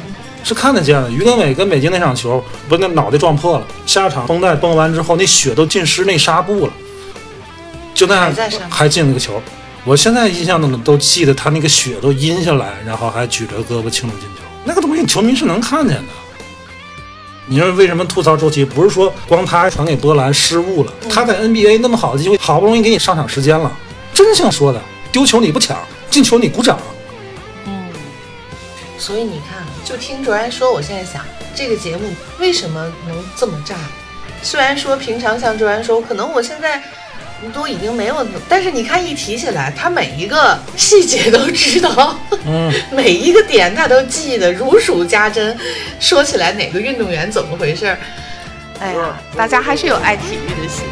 是看得见的。于根伟跟北京那场球，不是那脑袋撞破了，下场绷带绷完之后，那血都浸湿那纱布了，就那样还进了个球。我现在印象中都记得他那个血都阴下来，然后还举着胳膊庆祝进球，那个东西球迷是能看见的。你说为什么吐槽周琦？不是说光他传给波兰失误了，他在 N B A 那么好的机会，好不容易给你上场时间了，真像说的，丢球你不抢，进球你鼓掌。 嗯，所以你看，就听卓然说，我现在想这个节目为什么能这么炸？虽然说平常像卓然说，可能我现在都已经没有，但是你看一提起来，他每一个细节都知道，嗯，每一个点他都记得如数家珍。说起来哪个运动员怎么回事？ 哎呀，大家还是有爱体育的心。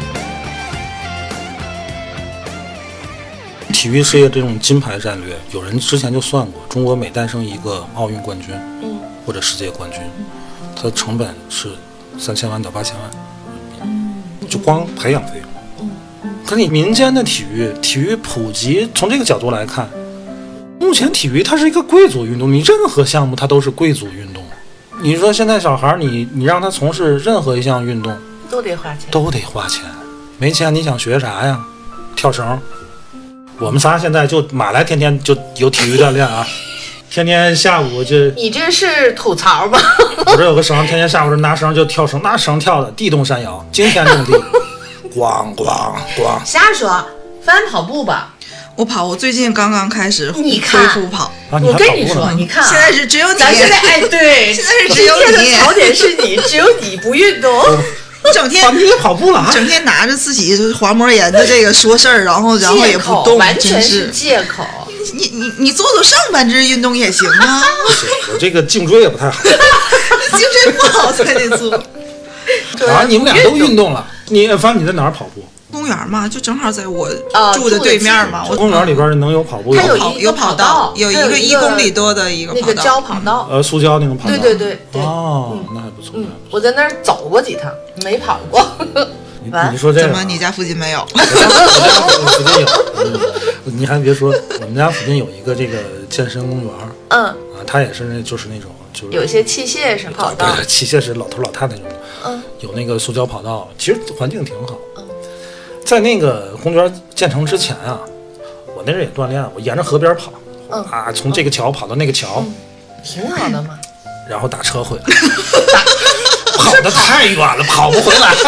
体育事业这种金牌战略，有人之前就算过，中国每诞生一个奥运冠军，嗯，或者世界冠军，它的成本是三千万到八千万，嗯，就光培养费用。可你民间的体育，体育普及，从这个角度来看，目前体育它是一个贵族运动，你任何项目它都是贵族运动。你说现在小孩，你你让他从事任何一项运动， 都得花钱， 都得花钱，没钱你想学啥呀？跳绳。我们仨现在就马来天天就有体育锻炼啊，天天下午就。 你这是吐槽吗？ 我这有个绳，天天下午就拿绳就跳绳，那绳跳的地动山摇，惊天动地。咣咣咣！ 瞎说，翻跑步吧。 我跑，我最近刚刚开始恢复跑。 啊、 我跟你说，你看、啊， 现在是只有你。 咱现在哎，对， 现在是只有你。 今天的槽点是你，只有你不运动。 你整天你也跑步了、啊， 整天拿着自己滑膜炎的这个说事儿，然后然后也不动， 完全是借口。 你你你做做上半肢运动也行啊。 我这个颈椎也不太好， 颈椎不好才得做。 啊，你们俩都运动了。你反正你在哪儿跑步？ 公园嘛，就正好在我住的对面嘛。 我公园里边能有跑步， 有跑有跑道，有一个一公里多的一个那个胶跑道， 呃，塑胶那种跑道。 对对对对。 哦，那还不错。 嗯，我在那儿走过几趟，没跑过。 你你说这怎么你家附近没有？ 我家附近有。你还别说，我们家附近有一个这个健身公园。嗯。啊，它也是那就是那种就是有些器械是跑道， 对，器械是老头老太太那种。嗯。有那个塑胶跑道，其实环境挺好。嗯。在那个公园建成之前啊，我那阵也锻炼，我沿着河边跑，嗯、啊，从这个桥跑到那个桥， 嗯、挺好的嘛。 然后打车回来，跑得太远了，跑不回来。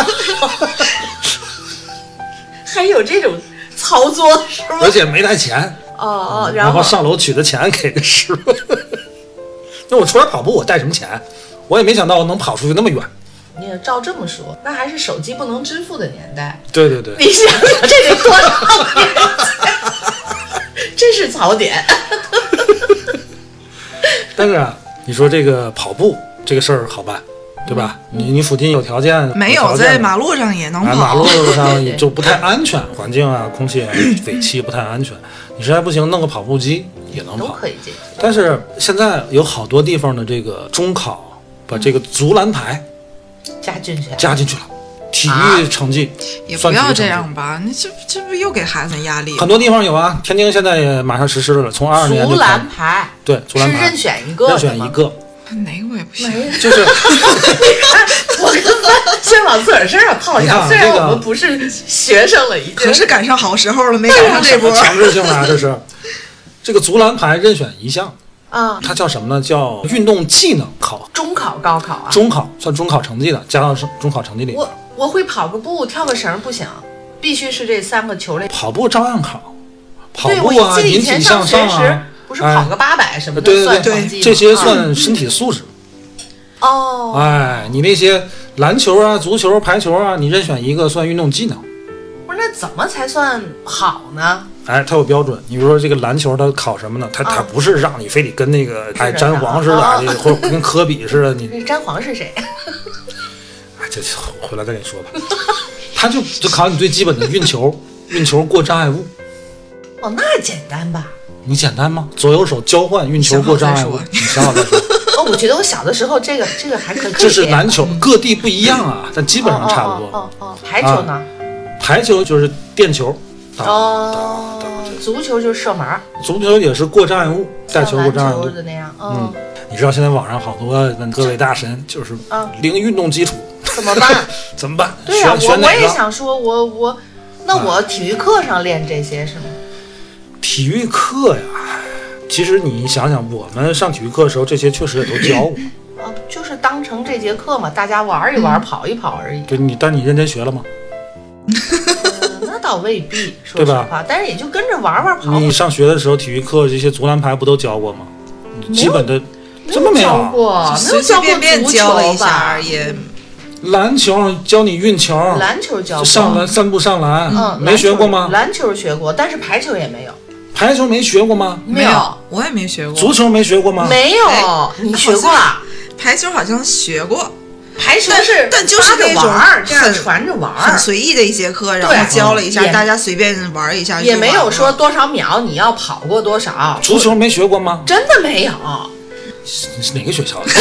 还有这种操作是吗？ 而且没带钱。 哦哦， 然后上楼取的钱给个师傅。那我出来跑步，我带什么钱？我也没想到我能跑出去那么远。 你也照这么说，那还是手机不能支付的年代。 对对对， 你想想这得多少年？真是槽点。 但是啊，你说这个跑步这个事儿好办，对吧？嗯、你你附近有条件， 没有在马路上也能跑， 啊、马路上也就不太安全，环境啊、空气啊、尾气不太安全。你实在不行，弄个跑步机也能跑， 都可以解决。 但是现在有好多地方的这个中考把这个足篮排。 加进去， 加进去了，体育成绩、 啊、也不要这样吧？你这这不又给孩子压力？ 很多地方有啊，天津现在也马上实施了，从二二年就足篮排， 对，足篮排是任选一个， 任选一个， 哪个我也不行， 就是我跟他先往自个儿身上套一下，虽然我们不是学生了，已经， 可是赶上好时候了，没赶上这波强制性啊，这是这个足篮排任选一项。 啊， 它叫什么呢？叫运动技能考， 中考、高考啊？ 中考算中考成绩的，加到中考成绩里。 我我会跑个步、跳个绳不行，必须是这三个球类。 跑步照样考，跑步啊，引体向上啊， 不是跑个八百什么的， 对对对， 这些算身体素质。 哦， 哎，你那些篮球啊、足球、排球啊，你任选一个算运动技能。 不是，那怎么才算好呢？ 哎，它有标准。你比如说这个篮球，它考什么呢？它它不是让你非得跟那个哎詹皇似的，或者跟科比似的。你詹皇是谁？ 哎，这回来再跟你说吧。他就就考你最基本的运球，运球过障碍物。 哦，那简单吧？ 你简单吗？左右手交换运球过障碍物，你想好再说。 哦，我觉得我小的时候这个这个还可以。 这是篮球，各地不一样啊，但基本上差不多。 哦哦哦，排球呢？ 排球就是垫球。 哦，足球就是射门， 足球也是过障碍物，带球过障碍物的那样。 嗯，你知道现在网上好多问各位大神，就是零运动基础怎么办？ 怎么办？ 对呀、啊，我我也想说，我我那我体育课上练这些是吗？ 体育课呀，其实你想想，我们上体育课的时候，这些确实也都教过。 啊，就是当成这节课嘛，大家玩一玩，嗯、跑一跑而已。 对你，但你认真学了吗？ 呃、那倒未必，说实话，但是也就跟着玩玩跑跑。 你上学的时候，体育课这些足篮排不都教过吗？基本的怎么没有教过？ 随随便便教了一下也。 篮球教你运球， 篮球教过， 上篮三步上篮， 嗯， 没学过吗？ 篮球学过，但是排球也没有。 排球没学过吗？ 没有， 我也没学过。 足球没学过吗？ 没有，哎、你学过啊？ 排球好像学过， 排球是但就是那种这样传着玩， 很随意的一节课，然后教了一下，大家随便玩一下， 也没有说多少秒你要跑过多少。 足球没学过吗？ 真的没有。 你是哪个学校的？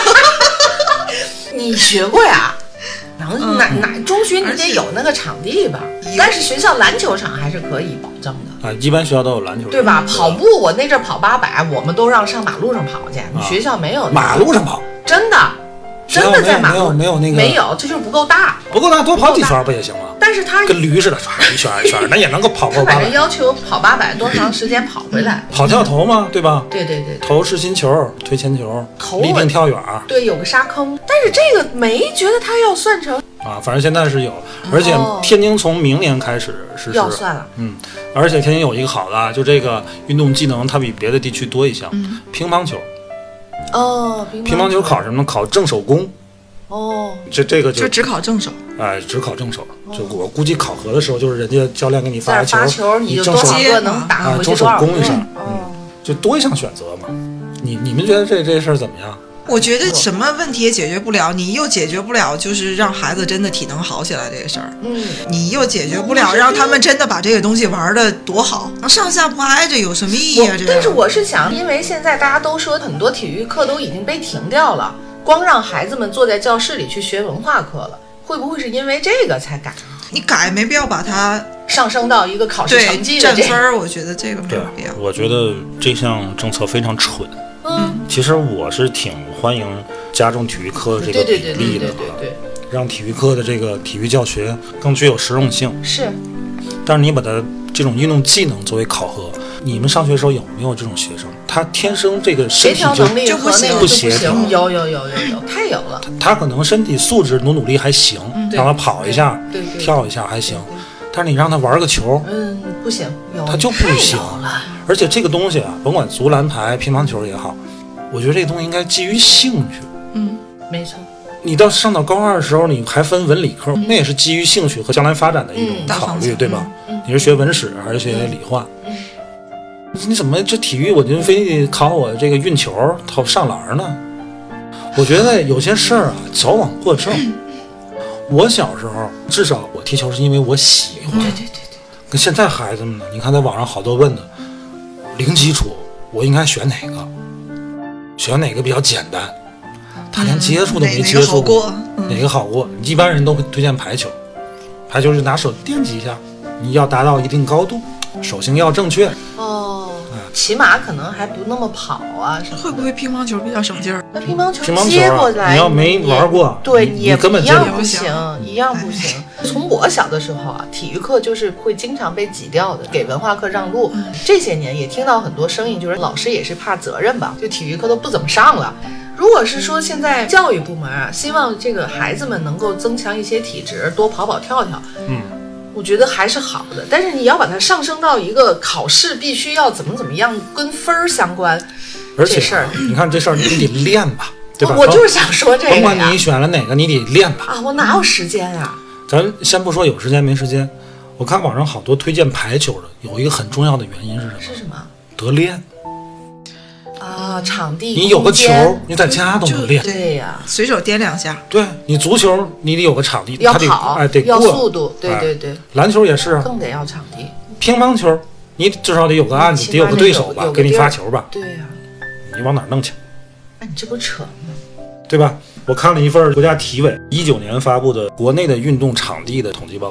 你学过呀？然后哪哪中学你得有那个场地吧？但是学校篮球场还是可以保证的啊，一般学校都有篮球场， 对吧？跑步我那阵跑八百，我们都让上马路上跑去，你学校没有马路上跑， 真的。真的在马路没有没有那个没有，这就是不够大， 不够大，多跑几圈不也行吗？ 但是他跟驴似的，唰一圈一圈，那也能够跑过八百。 反正要求跑八百多长时间跑回来？ 跑跳投嘛，对吧？ 对对对， 投是新球，推前球， 投立定跳远， 对，有个沙坑，但是这个没觉得他要算成啊，反正现在是有，而且天津从明年开始是要算了， 嗯，而且天津有一个好的，就这个运动技能它比别的地区多一项，乒乓球。 哦， 乒乓球考什么？考正手攻。 哦， 这这个就就只考正手， 哎，只考正手。就我估计考核的时候，就是人家教练给你发球，发球你就多少个能打回去多少攻一下，嗯，就多一项选择嘛。你你们觉得这这事儿怎么样？ 我觉得什么问题也解决不了，你又解决不了，就是让孩子真的体能好起来这个事儿， 嗯， 你又解决不了让他们真的把这个东西玩的多好，上下不挨着有什么意义啊？这但是我是想，因为现在大家都说很多体育课都已经被停掉了。光让孩子们坐在教室里去学文化课了，会不会是因为这个才改？ 你改没必要把它上升到一个考试成绩的占分，我觉得这个没有必要。 我觉得这项政策非常蠢。 嗯， 其实我是挺欢迎加重体育课这个比例的， 对对对对对对， 让体育课的这个体育教学更具有实用性。 是， 但是你把它这种运动技能作为考核。你们上学的时候有没有这种学生？他天生这个身体就就不行， 不协调， 有有有有有，太有了。 他可能身体素质努努力还行， 嗯、 让他跑一下、 对对对跳一下还行，但是你让他玩个球， 嗯，不行， 他就不行。而且这个东西啊，甭管足篮排、乒乓球也好，我觉得这个东西应该基于兴趣。 嗯，没错。 你到上到高二的时候，你还分文理科，嗯、那也是基于兴趣和将来发展的一种考虑， 嗯、 对吧？ 嗯、 你是学文史还是学理化？ 嗯你怎么这体育我就非得考我这个运球、投上篮呢？我觉得有些事儿啊，矫枉过正。我小时候至少我踢球是因为我喜欢。 对对对对。 跟现在孩子们呢，你看在网上好多问的，零基础我应该选哪个？选哪个比较简单？他连接触都没接触过， 嗯、 哪个好过？一般人都会推荐排球，排球是拿手垫几下，你要达到一定高度，手型要正确。 哦。起码可能还不那么跑啊， 会不会乒乓球比较省劲儿？ 那乒乓球乒乓接过来， 你要没玩过， 对， 你根本一样不行，一样不行。从我小的时候啊，体育课就是会经常被挤掉的，给文化课让路。这些年也听到很多声音，就是老师也是怕责任吧，就体育课都不怎么上了。如果是说现在教育部门啊，希望这个孩子们能够增强一些体质，多跑跑跳跳， 嗯。 我觉得还是好的，但是你要把它上升到一个考试必须要怎么怎么样，跟分儿相关， 而且这事儿， 你看这事儿你得练吧，对吧？ 我就是想说这个呀， 甭管你选了哪个，你得练吧。 啊，我哪有时间啊？ 咱先不说有时间没时间，我看网上好多推荐排球的，有一个很重要的原因是什么？ 是什么？ 得练。 啊，场地你有个球，你在家都能练。 对呀、啊， 随手颠两下。 对你足球，你得有个场地， 要跑， 哎，得要速度，对对对。 篮球也是， 更得要场地。 乒乓球，你至少得有个案子，得有个对手吧，给你发球吧。 对呀、 啊，你往哪弄去？ 哎，你这不扯吗？ 对吧？我看了一份国家体委一九年发布的国内的运动场地的统计报告，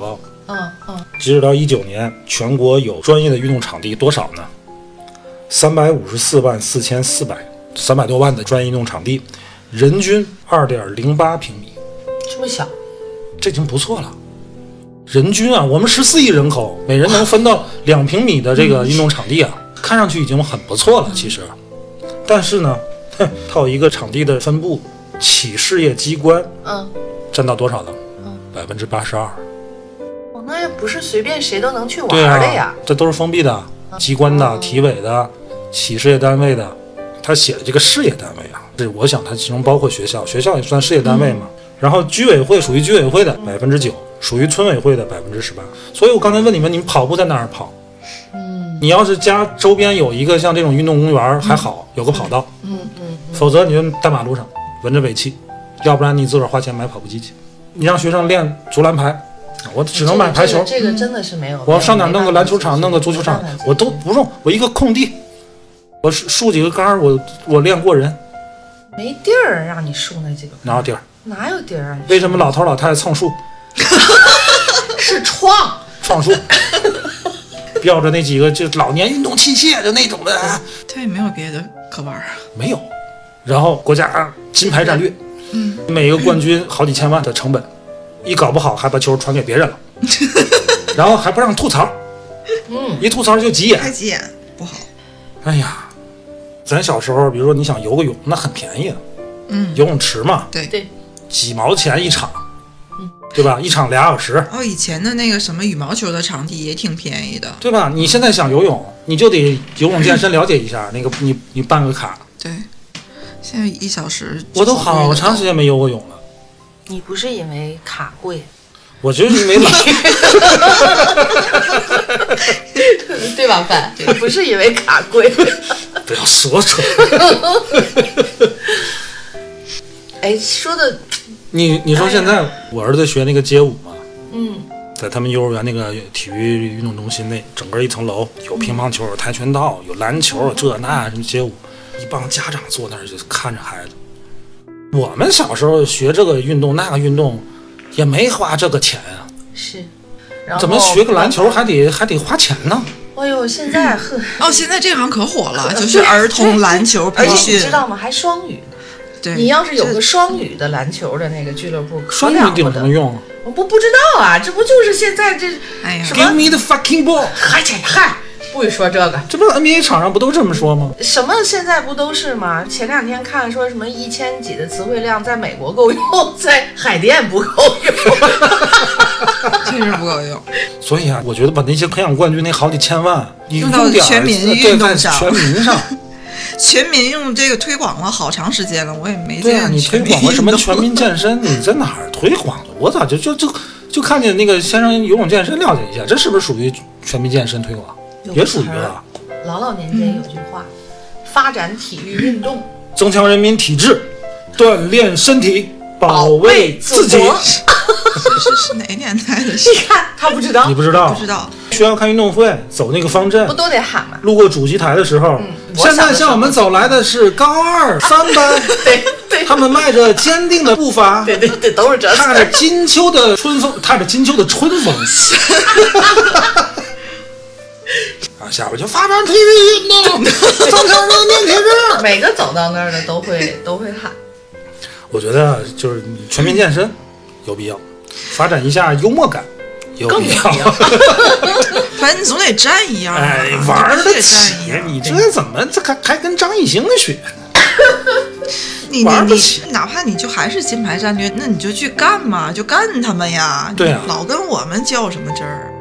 嗯嗯， 截止到一九年，全国有专业的运动场地多少呢？三百五十四万四千四百，三百多万的专业运动场地，人均二点零八平米， 这么小， 这已经不错了。人均啊，我们十四亿人口，每人能分到两平米的这个运动场地啊，看上去已经很不错了。其实，但是呢，它有一个场地的分布，企事业机关， 嗯， 占到多少呢？ 嗯， 百分之八十二。 哦，那也不是随便谁都能去玩对的呀。 啊，这都是封闭的，机关的、体委的、企事业单位的。他写的这个事业单位啊，这我想它其中包括学校，学校也算事业单位嘛。嗯、然后居委会属于居委会的百分之九。属于村委会的百分之十八，所以我刚才问你们，你们跑步在哪儿跑？嗯，你要是家周边有一个像这种运动公园还好，有个跑道， 嗯嗯， 否则你就大马路上闻着尾气，要不然你自个儿花钱买跑步机去。你让学生练足篮排，我只能买排球。 这个、这个真的是没有。 我要上哪弄个篮球场，弄个足球场，我都不用，我一个空地，我竖几个杆，我我练过人。 没地儿让你竖那几个。 哪有地儿？ 哪有地儿啊？ 为什么老头老太太蹭树？ 是创创树，标着那几个就老年运动器械就那种的， 他也没有别的可玩啊， 没有。然后国家金牌战略，嗯，每个冠军好几千万的成本，一搞不好还把球传给别人了，然后还不让吐槽，嗯，一吐槽就急眼， 太急眼不好。 哎呀，咱小时候，比如说你想游个泳，那很便宜，嗯，游泳池嘛， 对对， 几毛钱一场。对吧？一场俩小时。 哦，以前的那个什么羽毛球的场地也挺便宜的， 对吧？你现在想游泳，你就得游泳健身了解一下，那个你你办个卡。 对，现在一小时。 我都好长时间没游过泳了。 你不是因为卡贵？ 我就是因为懒。 对吧，范？不是因为卡贵。 不要说扯。 哎，说的。 你你说现在我儿子学那个街舞嘛， 嗯， 在他们幼儿园那个体育运动中心内，整个一层楼有乒乓球、有跆拳道、有篮球，有这那什么街舞，一帮家长坐那儿就看着孩子。我们小时候学这个运动那个运动，也没花这个钱啊。 是， 怎么学个篮球还得还得花钱呢？ 哎呦，现在呵， 哦，现在这行可火了，就是儿童篮球培训， 而且你知道吗？还双语。 对， 你要是有个双语的篮球的那个俱乐部， 双语顶什么用？ 我不不知道啊，这不就是现在这哎呀 ，Give me the fucking ball！ 嗨嗨嗨，不许说这个， 这不 N B A 场上不都这么说吗？ 什么现在不都是吗？前两天看说什么一千几的词汇量在美国够用，在海淀不够用， 确实不够用。 所以啊，我觉得把那些培养冠军那好几千万用到全民运动上， 全民上。 全民用这个推广了好长时间了，我也没对啊，你推广了什么全民健身？你在哪儿推广的？我咋就就就就看见那个先生游泳健身了解一下，这是不是属于全民健身推广？也属于了。 老老年间有句话，嗯、发展体育运动， 增强人民体质，锻炼身体，保卫自己。 这是哪年代的事？ 你看他不知道， 你不知道， 不知道。 学校开运动会，走那个方阵， 不都得喊吗？ 路过主席台的时候，嗯、现在向我们走来的是高二三班， 对对， 他们迈着坚定的步伐， 对对对，都是这， 踏着金秋的春风，踏着金秋的春风。啊，下边就发展体育运动，增强人民体质。 每个走到那儿的都会都会喊。 我觉得就是全民健身有必要，发展一下幽默感有必要。 反正你总得站一样， 哎，玩得起，你这怎么这还还跟张艺兴学呢？ 你你你，哪怕你就还是金牌战略，那你就去干嘛？就干他们呀！ 对啊， 老跟我们较什么真儿？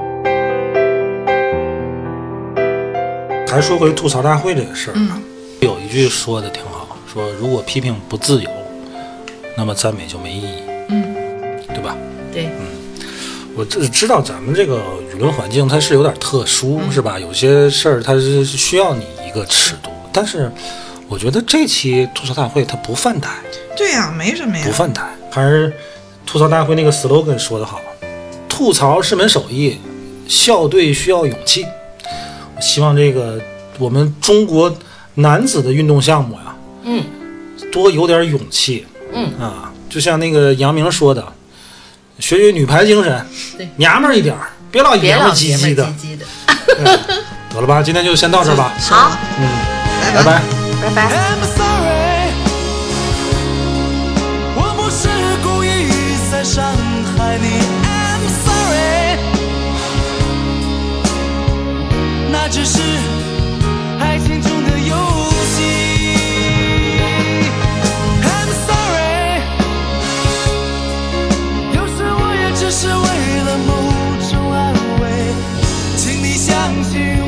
还说回吐槽大会这个事儿啊，嗯、有一句说的挺好，说如果批评不自由，那么赞美就没意义， 嗯， 对吧？ 对， 嗯，我知道咱们这个舆论环境它是有点特殊，嗯、是吧？有些事儿它是需要你一个尺度，但是我觉得这期吐槽大会它不犯台。 对呀、啊，没什么呀， 不犯台。还是吐槽大会那个 slogan 说得好，吐槽是门手艺，笑对需要勇气。我希望这个我们中国男子的运动项目呀， 嗯， 多有点勇气， 嗯啊，就像那个杨明说的，学学女排精神， 对， 娘们儿一点， 别老爷们儿唧别老爷们唧的。 儿唧唧的。 得了吧，今天就先到这儿吧。 好， 嗯， 拜拜拜。 拜拜。 I'm sorry， 我不是故意在伤害你。I'm sorry， 那只是爱情中的游戏。I'm sorry， 有时我也只是为了某种安慰，请你相信。